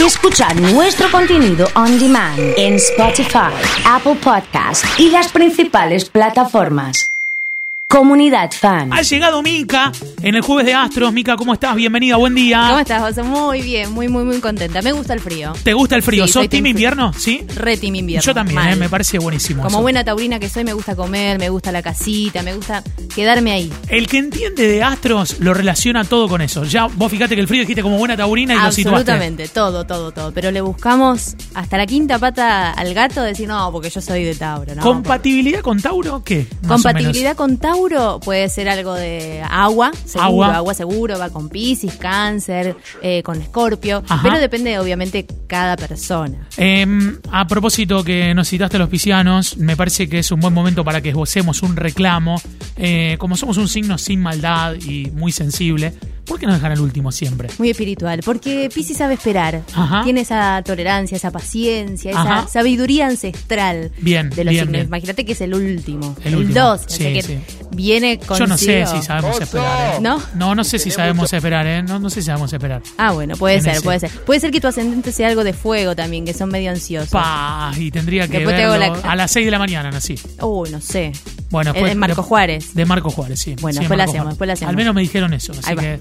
Escuchar nuestro contenido on demand en Spotify, Apple Podcast y las principales plataformas. Comunidad Fan. Ha llegado Mica en el Jueves de Astros. Mica, ¿cómo estás? Bienvenida, buen día. ¿Cómo estás, José? Muy bien, muy contenta. Me gusta el frío. ¿Te gusta el frío? Sí, ¿Sos team invierno? ¿Sí? Re team invierno. Yo también, me parece buenísimo. Como eso. buena taurina que soy, me gusta comer, me gusta la casita, me gusta quedarme ahí. El que entiende de Astros lo relaciona todo con eso. Ya vos fijate que el frío dijiste como buena taurina y lo situaste. Absolutamente, todo. Pero le buscamos hasta la quinta pata al gato, decir, no, porque yo soy de Tauro. No, ¿Compatibilidad con Tauro? ¿Qué? Compatibilidad con Tauro puede ser algo de agua seguro, va con Piscis, Cáncer, con Escorpio, pero depende obviamente cada persona. A propósito que nos citaste a los piscianos, me parece que es un buen momento para que esbocemos un reclamo. Como somos un signo sin maldad y muy sensible, ¿por qué nos dejan al último siempre? Muy espiritual, porque Piscis sabe esperar. Tiene esa tolerancia, esa paciencia, esa sabiduría ancestral de los signos. Imagínate que es el último, el 2, viene consigo. Yo no sé si sabemos esperar, ¿eh? No sé si sabemos esperar, ¿eh? No sé si sabemos esperar. Ah, bueno, puede ser. Puede ser que tu ascendente sea algo de fuego también, que son medio ansiosos. Y tendría que verlo a las 6 de la mañana, nací. No sé. Bueno, de Marco Juárez. De Marco Juárez, sí. Bueno, sí, después la hacemos. Al menos me dijeron eso, así que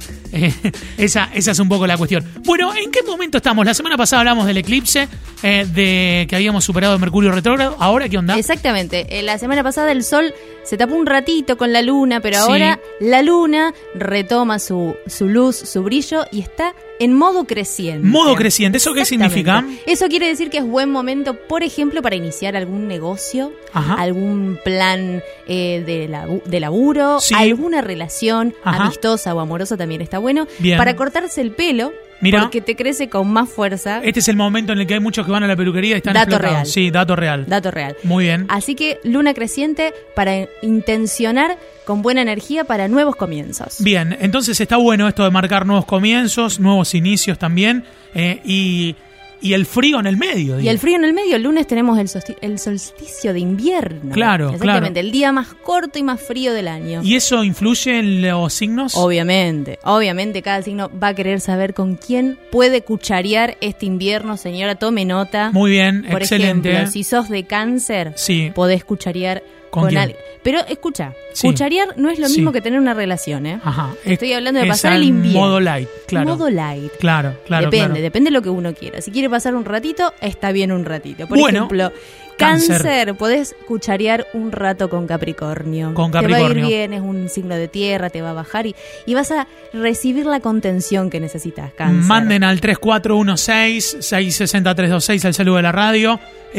esa es un poco la cuestión. Bueno, ¿en qué momento estamos? La semana pasada hablamos del eclipse, de que habíamos superado el Mercurio retrógrado. ¿Ahora qué onda? Exactamente. La semana pasada el Sol se tapó un ratito con la Luna, pero ahora la Luna retoma su luz, su brillo y está en modo creciente. Modo creciente, ¿eso qué significa? Eso quiere decir que es buen momento, por ejemplo, para iniciar algún negocio, algún plan de laburo, alguna relación amistosa o amorosa también está bueno. Bien. Para cortarse el pelo. Mira, porque te crece con más fuerza. Este es el momento en el que hay muchos que van a la peluquería y están Dato explotados. real. Sí, dato real. Muy bien. Así que luna creciente para intencionar con buena energía para nuevos comienzos. Bien, entonces está bueno esto de marcar nuevos comienzos, nuevos inicios también, y el frío en el medio. Y el frío en el medio, el lunes tenemos el solsticio de invierno. Claro, exactamente, el día más corto y más frío del año. ¿Y eso influye en los signos? Obviamente, cada signo va a querer saber con quién puede cucharear este invierno, señora, tome nota. Muy bien, por excelente. Por ejemplo, si sos de Cáncer, podés cucharear con alguien. Pero escucha, cucharear no es lo mismo que tener una relación, ¿eh? Estoy hablando de pasar el invierno. Modo light, claro. Modo light. Claro. Depende de lo que uno quiera. Si quiere pasar un ratito, está bien un ratito. Por ejemplo, Cáncer, podés cucharear un rato con Capricornio. Te va a ir bien, es un signo de tierra, te va a bajar y vas a recibir la contención que necesitas, Cáncer. Manden al 3416-660-326 al saludo de la radio.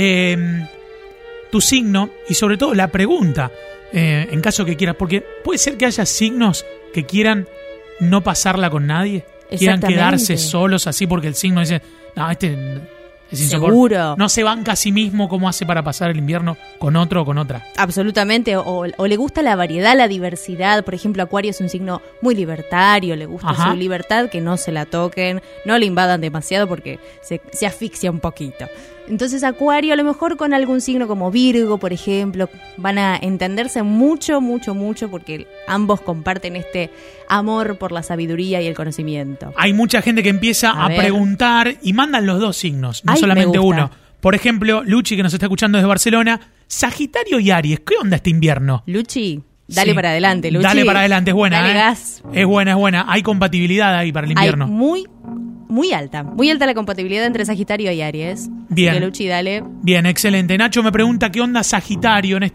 Tu signo y sobre todo la pregunta, en caso que quieras, porque puede ser que haya signos que quieran no pasarla con nadie, quieran quedarse solos así porque el signo dice, no, este es insoportable. Seguro. No se banca a sí mismo cómo hace para pasar el invierno con otro o con otra. Absolutamente, o le gusta la variedad, la diversidad. Por ejemplo, Acuario es un signo muy libertario, le gusta su libertad, que no se la toquen, no le invadan demasiado porque se asfixia un poquito. Entonces Acuario, a lo mejor con algún signo como Virgo, por ejemplo, van a entenderse mucho porque ambos comparten este amor por la sabiduría y el conocimiento. Hay mucha gente que empieza a preguntar y mandan los dos signos, no solamente uno. Por ejemplo, Luchi, que nos está escuchando desde Barcelona, Sagitario y Aries, ¿qué onda este invierno? Luchi, dale para adelante, Luchi. Dale para adelante, es buena. Dale gas. Es buena. Hay compatibilidad ahí para el invierno. Hay muy alta la compatibilidad entre Sagitario y Aries. Bien. Así que Luchi, dale. Bien, excelente. Nacho me pregunta qué onda Sagitario en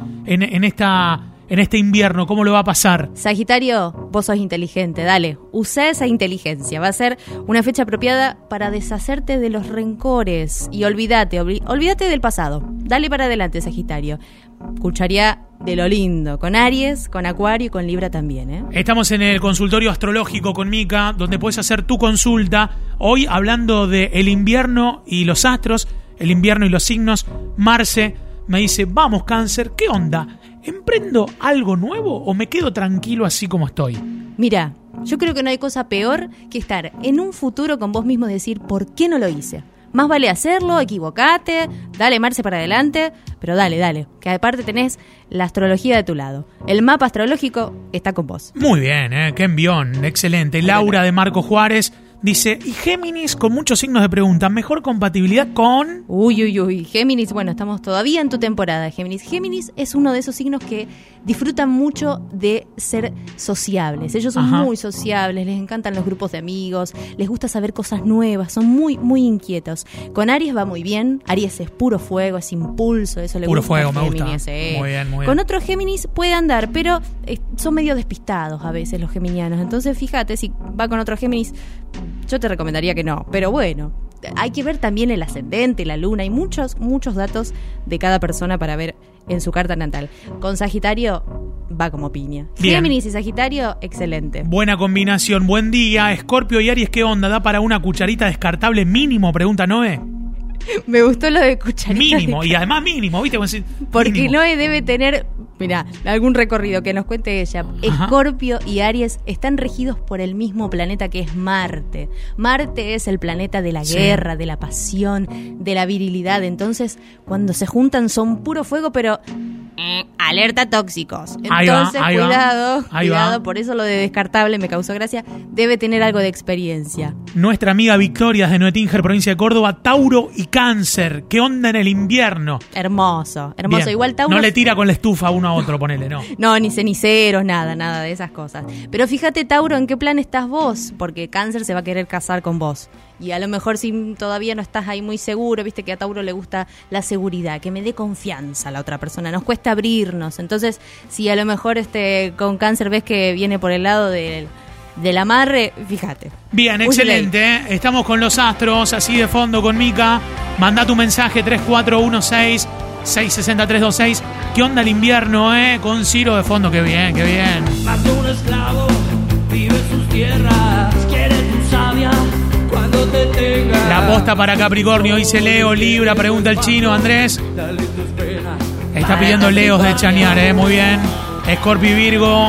este invierno, ¿cómo lo va a pasar? Sagitario, vos sos inteligente, dale, usá esa inteligencia. Va a ser una fecha apropiada para deshacerte de los rencores y olvídate del pasado. Dale para adelante, Sagitario. Cucharía de lo lindo, con Aries, con Acuario y con Libra también, ¿eh? Estamos en el consultorio astrológico con Mica, donde puedes hacer tu consulta. Hoy hablando de el invierno y los astros, el invierno y los signos. Marce me dice, vamos Cáncer, ¿qué onda? ¿Emprendo algo nuevo o me quedo tranquilo así como estoy? Mira, yo creo que no hay cosa peor que estar en un futuro con vos mismo y decir, ¿por qué no lo hice? Más vale hacerlo, equivocate, dale Marce para adelante, pero dale, que aparte tenés la astrología de tu lado. El mapa astrológico está con vos. Muy bien, qué envión, excelente. Laura de Marco Juárez Dice, y Géminis con muchos signos de pregunta, mejor compatibilidad con... Uy. Géminis, bueno, estamos todavía en tu temporada, Géminis. Géminis es uno de esos signos que disfrutan mucho de ser sociables. Ellos son muy sociables, les encantan los grupos de amigos, les gusta saber cosas nuevas, son muy, muy inquietos. Con Aries va muy bien. Aries es puro fuego, es impulso, eso le puro gusta. Puro fuego, Géminis, me gusta. Muy bien, muy bien. Con otros Géminis puede andar, pero son medio despistados a veces los geminianos. Entonces, fíjate, si va con otro Géminis, yo te recomendaría que no. Pero bueno, hay que ver también el ascendente, la luna. Hay muchos datos de cada persona para ver en su carta natal. Con Sagitario va como piña. Bien. Géminis y Sagitario, excelente. Buena combinación, buen día. Escorpio y Aries, ¿qué onda? ¿Da para una cucharita descartable mínimo? Pregunta Noé. Me gustó lo de cucharita. Mínimo, y además mínimo, ¿viste? Porque mínimo. Noé debe tener, mirá, algún recorrido que nos cuente ella. Escorpio y Aries están regidos por el mismo planeta que es Marte. Marte es el planeta de la guerra, de la pasión, de la virilidad. Entonces, cuando se juntan son puro fuego, pero... alerta tóxicos. Entonces, cuidado, por eso lo de descartable me causó gracia. Debe tener algo de experiencia. Nuestra amiga Victoria de Noetinger, provincia de Córdoba, Tauro y Cáncer. ¿Qué onda en el invierno? Hermoso. Bien. Igual Tauro... No le tira con la estufa uno a otro, ponele, ¿no? No, ni ceniceros, nada de esas cosas. Pero fíjate, Tauro, ¿en qué plan estás vos? Porque Cáncer se va a querer casar con vos. Y a lo mejor si todavía no estás ahí muy seguro, viste que a Tauro le gusta la seguridad, que me dé confianza a la otra persona, nos cuesta abrirnos. Entonces, si a lo mejor con Cáncer ves que viene por el lado del amarre, fíjate. Bien, excelente. Estamos con los astros, así de fondo con Mica. Manda tu mensaje 3416-660-326. ¿Qué onda el invierno, Con Ciro de fondo, qué bien. Más de un esclavo vive en sus tierras, quiere tu sabia. La posta para Capricornio, dice Leo, Libra, pregunta el chino, Andrés. Está pidiendo Leos de chanear, muy bien. Escorpio y Virgo.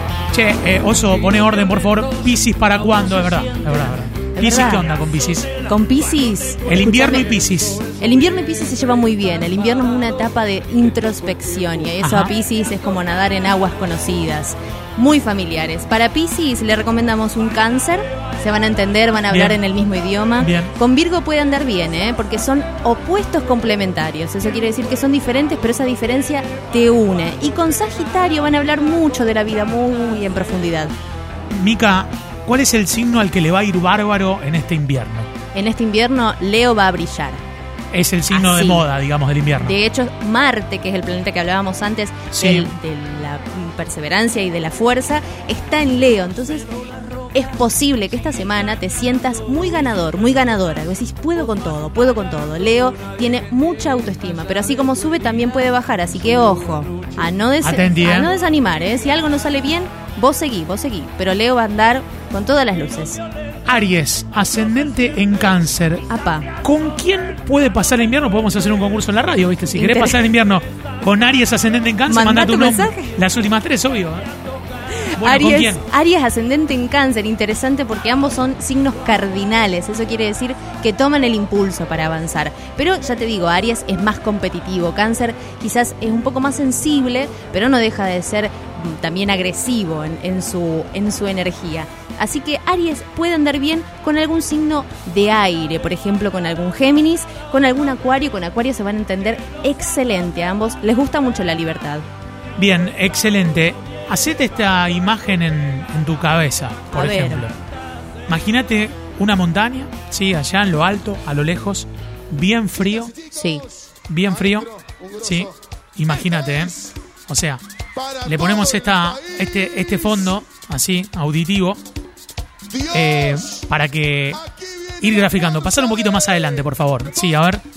Che, Oso, pone orden, por favor. Piscis, ¿para cuándo? Es verdad. Piscis, ¿qué onda con Piscis? Con Piscis. El invierno y Piscis. El invierno y Piscis se lleva muy bien. El invierno es una etapa de introspección y eso a Piscis es como nadar en aguas conocidas. Muy familiares. Para Piscis le recomendamos un Cáncer. Se van a entender, van a hablar en el mismo idioma. Bien. Con Virgo puede andar bien, porque son opuestos complementarios. Eso quiere decir que son diferentes, pero esa diferencia te une. Y con Sagitario van a hablar mucho de la vida, muy en profundidad. Mica, ¿cuál es el signo al que le va a ir bárbaro en este invierno? En este invierno, Leo va a brillar. Es el signo de moda, digamos, del invierno. De hecho, Marte, que es el planeta que hablábamos antes, de la perseverancia y de la fuerza, está en Leo. Entonces, es posible que esta semana te sientas muy ganador, muy ganadora. Decís, puedo con todo. Leo tiene mucha autoestima, pero así como sube, también puede bajar. Así que, ojo, a no desanimar. Si algo no sale bien, vos seguí. Pero Leo va a andar con todas las luces. Aries, ascendente en Cáncer. Apá. ¿Con quién puede pasar el invierno? Podemos hacer un concurso en la radio, ¿viste? Si querés pasar el invierno con Aries, ascendente en Cáncer, mandá tu mensaje. Las últimas 3, obvio. Bueno, ¿con quién? Aries ascendente en Cáncer, interesante porque ambos son signos cardinales. Eso quiere decir que toman el impulso para avanzar. Pero ya te digo, Aries es más competitivo. Cáncer quizás es un poco más sensible, pero no deja de ser también agresivo en su energía. Así que Aries puede andar bien con algún signo de aire, por ejemplo con algún Géminis, con algún Acuario. Con Acuario se van a entender excelente. A ambos les gusta mucho la libertad. Bien, excelente. Hacete esta imagen en tu cabeza, por ejemplo. Imagínate una montaña, sí, allá en lo alto, a lo lejos, bien frío. Sí. Bien frío, sí. Imagínate, O sea, le ponemos este fondo, así, auditivo, para que ir graficando. Pasar un poquito más adelante, por favor. Sí, a ver.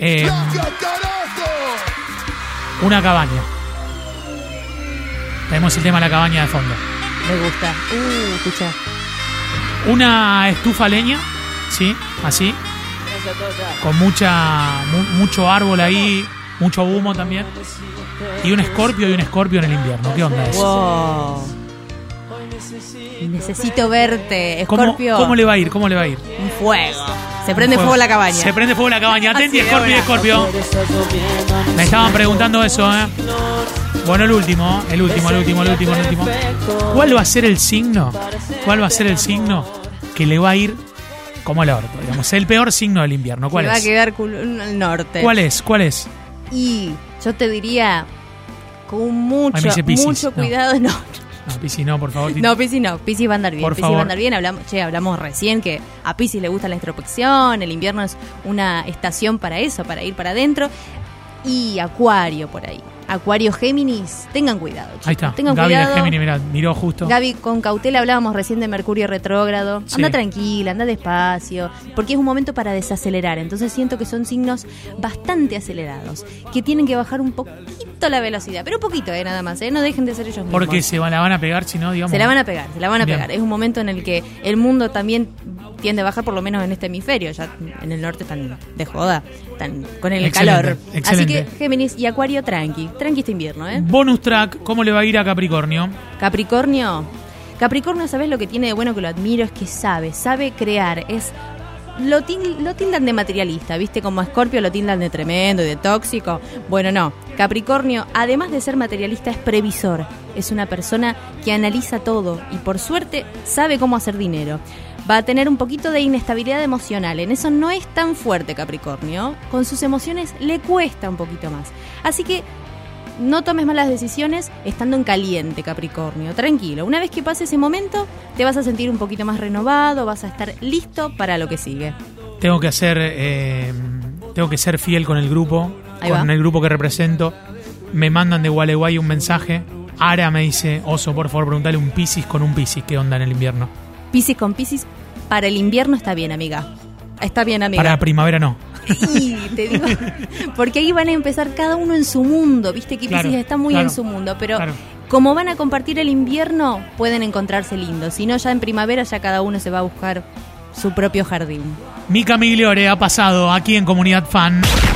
Una cabaña. Tenemos el tema de la cabaña de fondo. Me gusta. Escucha. Una estufa leña, sí, así. Con mucho árbol ahí, mucho humo también. Y un escorpio en el invierno. ¿Qué onda eso? Wow. Necesito verte, Escorpio. ¿Cómo le va a ir? Un fuego. Se prende fuego la cabaña. Atenti, Escorpio. Me estaban preguntando eso, Bueno, el último. ¿Cuál va a ser el signo que le va a ir como el orto, digamos. El peor signo del invierno, ¿cuál Se va es? a quedar el norte. ¿Cuál es? Y yo te diría, con Ay, me mucho dice Piscis. mucho No. cuidado, no. No, Piscis, no, por favor. No, Piscis no. Piscis va a andar bien. Por Piscis va favor. a andar bien. Hablamos recién que a Piscis le gusta la introspección. El invierno es una estación para eso, para ir para adentro. Y Acuario por ahí. Acuario, Géminis, tengan cuidado, chicos. Ahí está. Tengan Gaby cuidado. de Géminis, mirá, miró justo. Gaby, con cautela hablábamos recién de Mercurio retrógrado. Sí. Anda tranquila, anda despacio, porque es un momento para desacelerar. Entonces siento que son signos bastante acelerados, que tienen que bajar un poquito la velocidad, pero un poquito, nada más, no dejen de ser ellos mismos. Porque la van a pegar, si no, digamos. Se la van a pegar, se la van a Bien. pegar. Es un momento en el que el mundo también tiende a bajar, por lo menos en este hemisferio. Ya en el norte están de joda, están con el Excelente, calor. excelente. Así que Géminis y Acuario, tranqui este invierno, Bonus track, ¿cómo le va a ir a Capricornio? Capricornio, ¿sabes lo que tiene de bueno que lo admiro? Es que sabe crear, lo tildan de materialista, ¿viste? Como a Escorpio lo tildan de tremendo y de tóxico. Bueno, no. Capricornio, además de ser materialista, es previsor. Es una persona que analiza todo y por suerte sabe cómo hacer dinero. Va a tener un poquito de inestabilidad emocional. En eso no es tan fuerte Capricornio. Con sus emociones le cuesta un poquito más. Así que no tomes malas decisiones estando en caliente, Capricornio. Tranquilo. Una vez que pase ese momento, te vas a sentir un poquito más renovado, vas a estar listo para lo que sigue. Tengo que ser fiel con el grupo, Ahí con va. el grupo que represento. Me mandan de Gualeguay un mensaje. Ara me dice, Oso, por favor, preguntale un Piscis con un Piscis. ¿Qué onda en el invierno? Piscis con Piscis, para el invierno está bien, amiga. Está bien, amiga. Para la primavera no. Y te digo, porque ahí van a empezar cada uno en su mundo, viste que Claro, Piscis está muy claro, en su mundo, pero claro. como van a compartir el invierno, pueden encontrarse lindos. Si no, ya en primavera ya cada uno se va a buscar su propio jardín. Mica Migliore ha pasado aquí en Comunidad Fan.